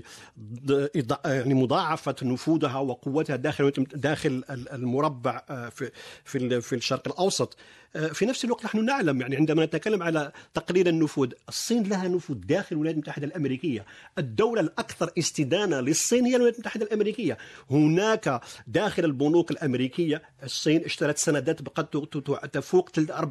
مضاعفة نفوذها وقوتها داخل المربع في الشرق الأوسط. في نفس الوقت نحن نعلم يعني عندما نتكلم على تقليل النفوذ، الصين لها نفوذ داخل الولايات المتحدة الأمريكية. الدولة الأكثر استدانة للصين هي الولايات المتحدة الأمريكية. هناك داخل البنوك الأمريكية الصين اشترت سندات قد تفوق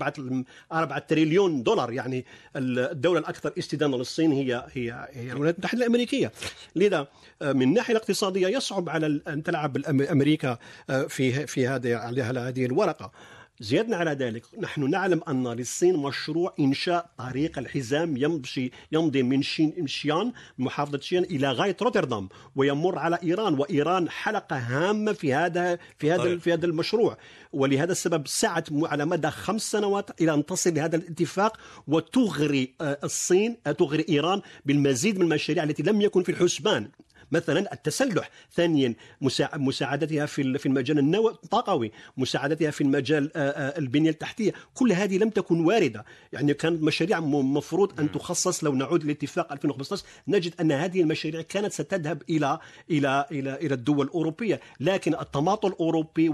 4 تريليون دولار. يعني الدولة الأكثر استدانة للصين هي الولايات المتحدة الأمريكية. لذا من الناحية الاقتصادية يصعب على أن تلعب أمريكا في هذه الورقة. زيادة على ذلك نحن نعلم أن للصين مشروع إنشاء طريق الحزام يمضي من شيان محافظة شيان إلى غاية روتردام ويمر على إيران، وإيران حلقة هامة في هذا المشروع. ولهذا السبب سعت على مدى 5 سنوات إلى أن تصل لهذا الاتفاق وتغري تغري إيران بالمزيد من المشاريع التي لم يكن في الحسبان، مثلا التسلح، ثانيا مساعدتها في المجال الطاقوي، مساعدتها في المجال البنية التحتية. كل هذه لم تكن واردة، يعني كانت مشاريع مفروض أن تخصص. لو نعود للاتفاق 2015 نجد أن هذه المشاريع كانت ستذهب إلى الدول الأوروبية، لكن التماطل الأوروبي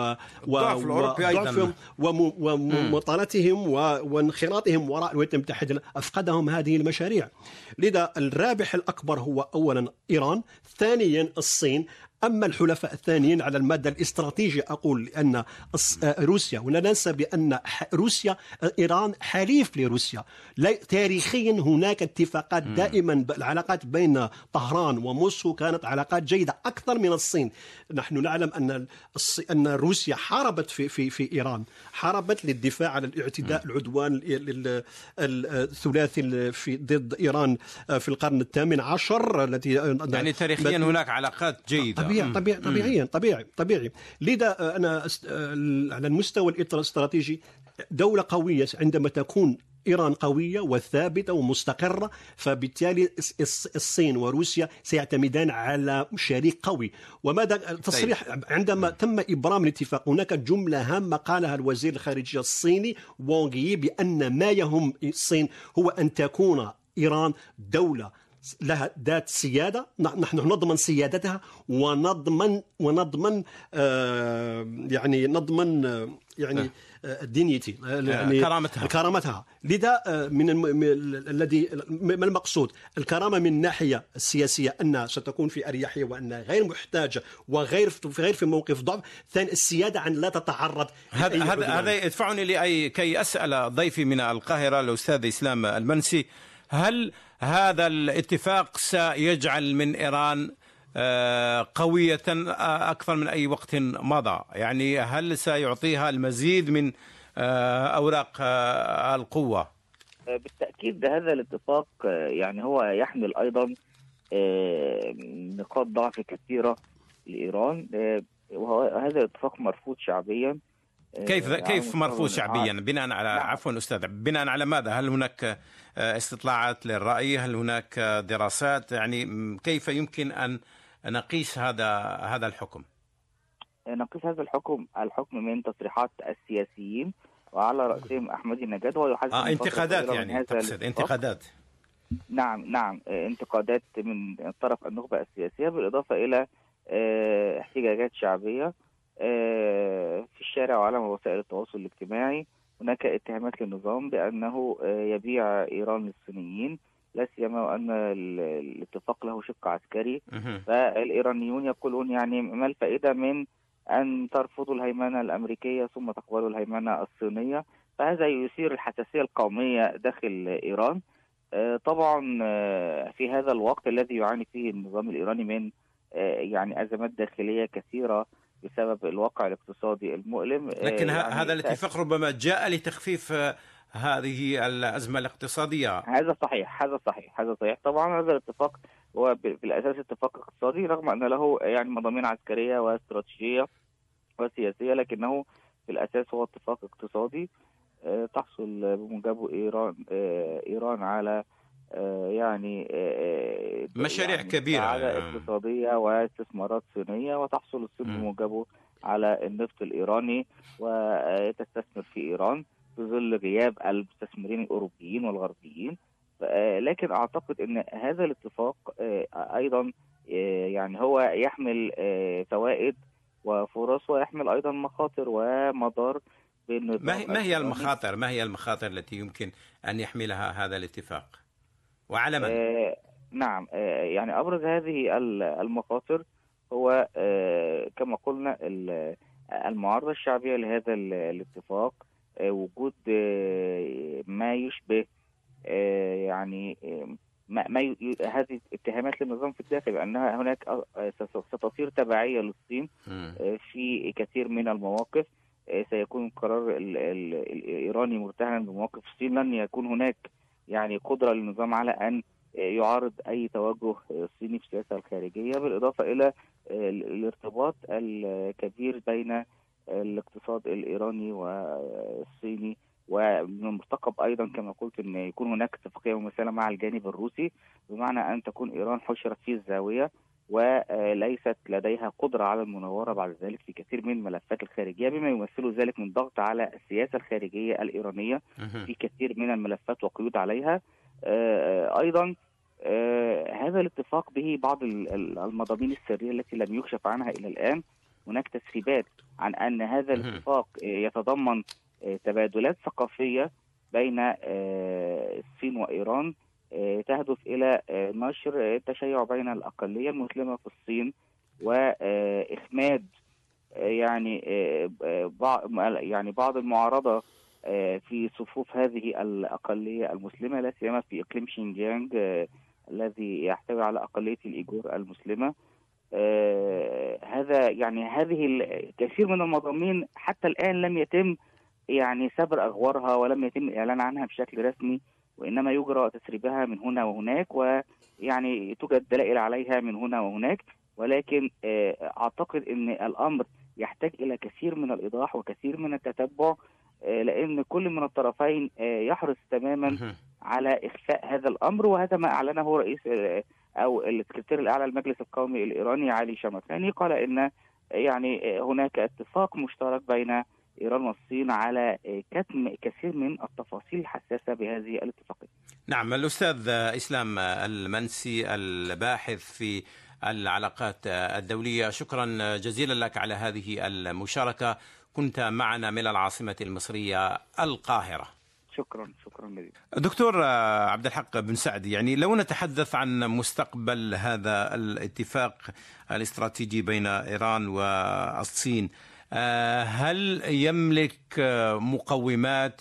وضعفهم ومطالتهم وانخراطهم وراء الولايات المتحدة أفقدهم هذه المشاريع. لذا الرابح الأكبر هو أولا إيران، ثانيا الصين. أما الحلفاء الثانيين على المدى الاستراتيجي أقول أن روسيا، ولا ننسى بأن إيران حليف لروسيا تاريخيا. هناك اتفاقات دائما، العلاقات بين طهران وموسكو كانت علاقات جيدة أكثر من الصين. نحن نعلم أن روسيا حاربت في إيران، حاربت للدفاع عن الاعتداء العدوان الثلاثي ضد إيران في القرن الثامن عشر، التي يعني تاريخيا هناك علاقات جيدة. طبيعي. لذا أنا على المستوى الاستراتيجي دولة قوية عندما تكون إيران قوية وثابتة ومستقرة، فبالتالي الصين وروسيا سيعتمدان على شريك قوي. وماذا تصريح عندما تم إبرام الاتفاق، هناك جملة هامة قالها الوزير الخارجية الصيني وونغ يي بأن ما يهم الصين هو أن تكون إيران دولة لها ذات سيادة، نحن نضمن سيادتها ونضمن دينيتي، يعني كرامتها. لذا من المقصود الكرامة من الناحية السياسية أنها ستكون في أريحية وأن غير محتاجة وغير في موقف ضعف. ثاني السيادة عن لا تتعرض. هذا يدفعني كي أسأل ضيفي من القاهرة الأستاذ إسلام المنسي، هل هذا الاتفاق سيجعل من إيران قوية أكثر من أي وقت مضى، يعني هل سيعطيها المزيد من أوراق القوة؟ بالتأكيد هذا الاتفاق يعني هو يحمل أيضا نقاط ضعف كثيرة لإيران، وهذا الاتفاق مرفوض شعبيا. كيف مرفوض شعبيا؟ بناء على عفوا أستاذ، بناء على ماذا؟ هل هناك استطلاعات للرأي؟ هل هناك دراسات؟ يعني كيف يمكن أن نقيس هذا الحكم؟ نقيس هذا الحكم من تصريحات السياسيين وعلى رأسهم أحمدي نجاد، وهو يحدث انتقادات، يعني تقصد انتقادات؟ نعم، انتقادات من طرف النخبة السياسية، بالإضافة إلى احتجاجات شعبية في الشارع وعلى وسائل التواصل الاجتماعي. هناك اتهامات للنظام بأنه يبيع إيران للصينيين، لا سيما وأن الاتفاق له شق عسكري. فالإيرانيون يقولون يعني ما الفائدة من أن ترفضوا الهيمنة الأمريكية ثم تقبلوا الهيمنة الصينية؟ فهذا يثير الحساسية القومية داخل إيران. طبعا في هذا الوقت الذي يعاني فيه النظام الإيراني من يعني أزمات داخلية كثيرة بسبب الواقع الاقتصادي المؤلم، لكن يعني هذا الاتفاق ربما جاء لتخفيف هذه الأزمة الاقتصادية. هذا صحيح. طبعا هذا الاتفاق هو بالأساس اتفاق اقتصادي، رغم أن له يعني مضامين عسكرية واستراتيجية وسياسية، لكنه في الأساس هو اتفاق اقتصادي تحصل بموجبه إيران على يعني مشاريع يعني كبيرة اقتصادية واستثمارات صينية، وتحصل الصين بموجبه على النفط الإيراني وتستثمر في إيران في ظل غياب المستثمرين الأوروبيين والغربيين. لكن أعتقد أن هذا الاتفاق أيضا يعني هو يحمل فوائد وفرص، ويحمل أيضا مخاطر ومضار. ما هي المخاطر التي يمكن أن يحملها هذا الاتفاق وعلى من؟ نعم، يعني أبرز هذه المخاطر هو كما قلنا المعارضة الشعبية لهذا الاتفاق، وجود ما يشبه يعني هذه اتهامات للنظام في الداخل بأنها هناك ستصير تبعية للصين في كثير من المواقف. سيكون القرار الإيراني مرتهنا بمواقف الصين، لن يكون هناك يعني قدرة للنظام على أن يعارض أي توجه صيني في السياسة الخارجية، بالإضافة إلى الارتباط الكبير بين الاقتصاد الإيراني والصيني، ومن المرتقب أيضا كما قلت أن يكون هناك اتفاقية مماثلة مع الجانب الروسي، بمعنى أن تكون إيران حشرت في الزاوية وليست لديها قدرة على المناورة بعد ذلك في كثير من الملفات الخارجية، بما يمثله ذلك من ضغط على السياسة الخارجية الإيرانية في كثير من الملفات وقيود عليها. أيضا هذا الاتفاق به بعض المضامين السرية التي لم يكشف عنها إلى الآن. هناك تسريبات عن أن هذا الاتفاق يتضمن تبادلات ثقافية بين الصين وإيران تهدف إلى نشر التشيع بين الأقلية المسلمة في الصين وإخماد يعني بعض المعارضة في صفوف هذه الأقلية المسلمة، لا سيما في إقليم شينجيانج الذي يحتوي على أقلية الإيغور المسلمة. هذه الكثير من المضامين حتى الآن لم يتم يعني سبر أغوارها ولم يتم الإعلان عنها بشكل رسمي، وإنما يجرى تسريبها من هنا وهناك، ويعني توجد دلائل عليها من هنا وهناك. ولكن أعتقد أن الأمر يحتاج إلى كثير من الإيضاح وكثير من التتبع، لأن كل من الطرفين يحرص تماما على إخفاء هذا الأمر. وهذا ما أعلنه رئيس أو السكرتير الأعلى للمجلس القومي الإيراني علي شامخاني، قال إن يعني هناك اتفاق مشترك بين إيران والصين على كتم كثير من التفاصيل الحساسة بهذه الاتفاقية. نعم، الأستاذ إسلام المنسي الباحث في العلاقات الدولية، شكرا جزيلا لك على هذه المشاركة. كنت معنا من العاصمة المصرية القاهرة. شكرا جزيلا. دكتور عبد الحق بن سعد، يعني لو نتحدث عن مستقبل هذا الاتفاق الاستراتيجي بين إيران والصين، هل يملك مقومات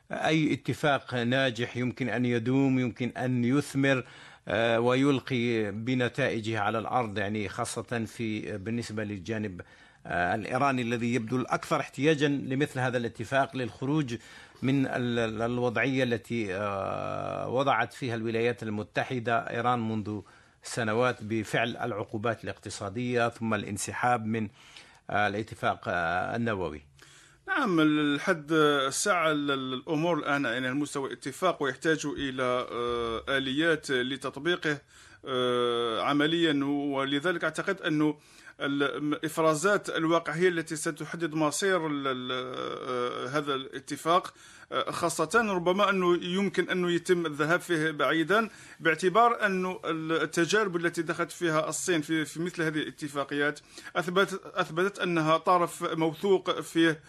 أي اتفاق ناجح يمكن أن يدوم، يمكن أن يثمر ويلقي بنتائجه على الأرض، يعني خاصة بالنسبة للجانب الإيراني الذي يبدو الأكثر احتياجا لمثل هذا الاتفاق للخروج من الوضعية التي وضعت فيها الولايات المتحدة إيران منذ سنوات بفعل العقوبات الاقتصادية ثم الانسحاب من الاتفاق النووي. نعم، لحد الساعة الأمور الآن على مستوى الاتفاق ويحتاج إلى آليات لتطبيقه عمليا، ولذلك أعتقد أنه الإفرازات الواقعية التي ستحدد مصير هذا الاتفاق، خاصة ربما أنه يمكن أنه يتم الذهاب فيه بعيدا، باعتبار أنه التجارب التي دخلت فيها الصين في مثل هذه الاتفاقيات أثبتت أنها طرف موثوق فيه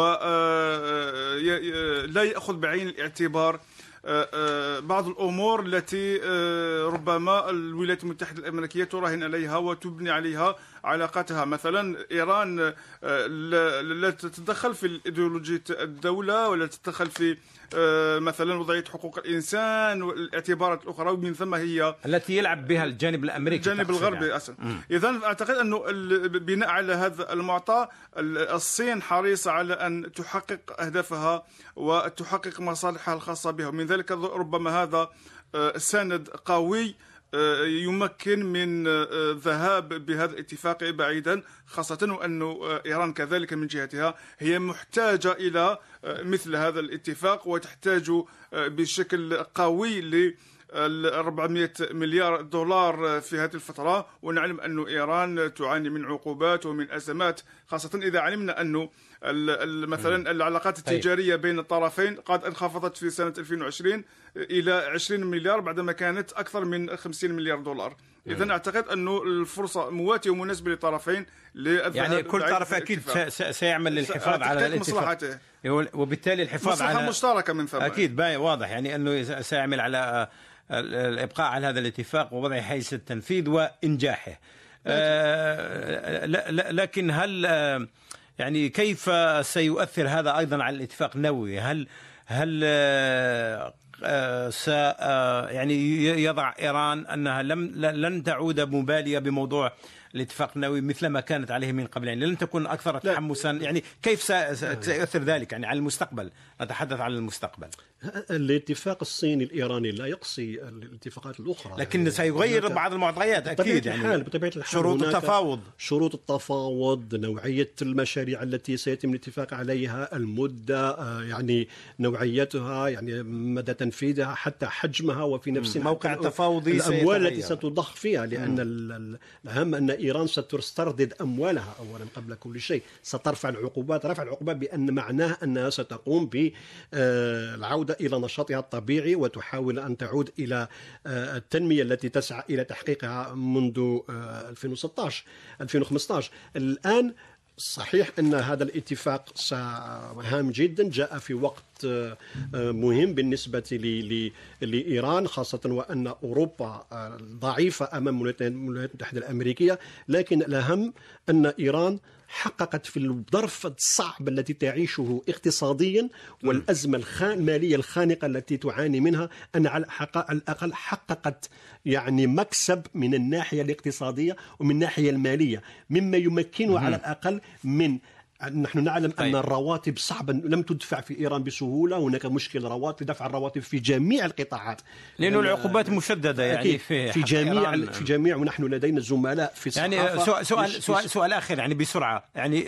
ولا يأخذ بعين الاعتبار بعض الأمور التي ربما الولايات المتحدة الأمريكية تراهن عليها وتبني عليها علاقاتها. مثلا إيران لا تتدخل في إيديولوجية الدولة ولا تتدخل في مثلا وضعية حقوق الإنسان والاعتبارات الأخرى، ومن ثم هي التي يلعب بها الجانب الأمريكي الجانب الغربي أصلا. إذن أعتقد أنه بناء على هذا المعطى الصين حريصة على أن تحقق أهدافها وتحقق مصالحها الخاصة بها، ومن ذلك ربما هذا سند قوي يمكن من الذهاب بهذا الاتفاق بعيدا، خاصة وأن إيران كذلك من جهتها هي محتاجة إلى مثل هذا الاتفاق وتحتاج بشكل قوي ل 400 مليار دولار في هذه الفترة، ونعلم أن إيران تعاني من عقوبات ومن أزمات، خاصة إذا علمنا أنه مثلا العلاقات التجارية بين الطرفين قد انخفضت في سنة 2020 إلى 20 مليار بعدما كانت أكثر من 50 مليار دولار. إذن أعتقد أنه الفرصة مواتية ومناسبة للطرفين يعني كل طرف أكيد سيعمل للحفاظ على الاتفاق، وبالتالي الحفاظ على مشتركة من ثم أكيد واضح، يعني أنه سيعمل على الإبقاء على هذا الاتفاق ووضع حيز التنفيذ وإنجاحه. لكن هل يعني كيف سيؤثر هذا أيضا على الاتفاق النووي؟ هل يعني يضع إيران أنها لن تعود مبالية بموضوع الاتفاق النووي مثل ما كانت عليه من قبل، يعني لن تكون أكثر تحمسا؟ يعني كيف سيؤثر ذلك يعني على المستقبل؟ نتحدث عن المستقبل. الاتفاق الصيني الإيراني لا يقصي الاتفاقات الأخرى، لكن يعني سيغير بعض المعطيات أكيد، يعني بطبيعة الحال شروط التفاوض، نوعية المشاريع التي سيتم الاتفاق عليها، المدة، يعني نوعيتها، يعني مدى تنفيذها، حتى حجمها، وفي نفس موقع التفاوضي، الأموال التي ستضخ فيها، لأن الأهم أن إيران ستستردد أموالها أولا قبل كل شيء، سترفع العقوبات. رفع العقوبات بأن معناه أنها ستقوم بالعودة إلى نشاطها الطبيعي وتحاول أن تعود إلى التنمية التي تسعى إلى تحقيقها منذ 2015. الآن صحيح أن هذا الاتفاق هام جدا، جاء في وقت مهم بالنسبة لإيران، خاصة وأن أوروبا ضعيفة أمام الولايات المتحدة الأمريكية. لكن الأهم أن إيران حققت في الظرف الصعب التي تعيشه اقتصاديا والأزمة المالية الخانقة التي تعاني منها، أن على الأقل حققت يعني مكسب من الناحية الاقتصادية ومن الناحية المالية، مما يمكنه على الأقل من نحن نعلم أن الرواتب صعبا لم تدفع في إيران بسهولة، هناك مشكلة رواتب دفع الرواتب في جميع القطاعات، لأنه العقوبات مشددة يعني في جميع ونحن لدينا زملاء في الصحافة. يعني سؤال آخر يعني بسرعة، يعني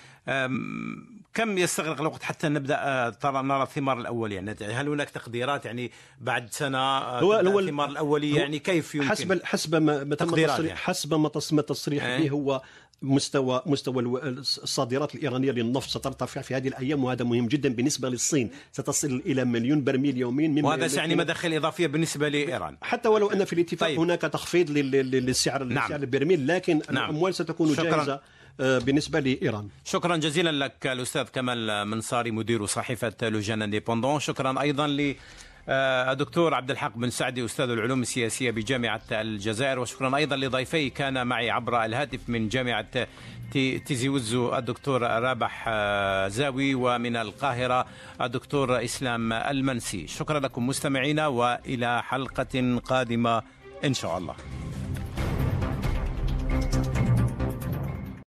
كم يستغرق الوقت حتى نبدأ نرى الثمار الأول؟ يعني هل هناك تقديرات يعني بعد سنة الثمار الأولية؟ يعني كيف يمكن حسب ما تم التصريح به هو مستوى الصادرات الإيرانية للنفط سترتفع في هذه الأيام، وهذا مهم جدا بالنسبة للصين، ستصل إلى 1,000,000 برميل يوميا، وهذا يعني مداخل إضافية بالنسبة لإيران، حتى ولو أن في الاتفاق هناك تخفيض للسعر البرميل، لكن الأموال ستكون جاهزة بالنسبة لإيران. شكرا جزيلا لك الأستاذ كمال منصاري مدير صحيفة لوجان انديبوندون. شكرا أيضا دكتور عبد الحق بن سعدي أستاذ العلوم السياسية بجامعة الجزائر، وشكرا أيضا لضيفي كان معي عبر الهاتف من جامعة تيزي وزو الدكتور رابح زاوي، ومن القاهرة الدكتور إسلام المنسي. شكرا لكم مستمعينا، وإلى حلقة قادمة إن شاء الله.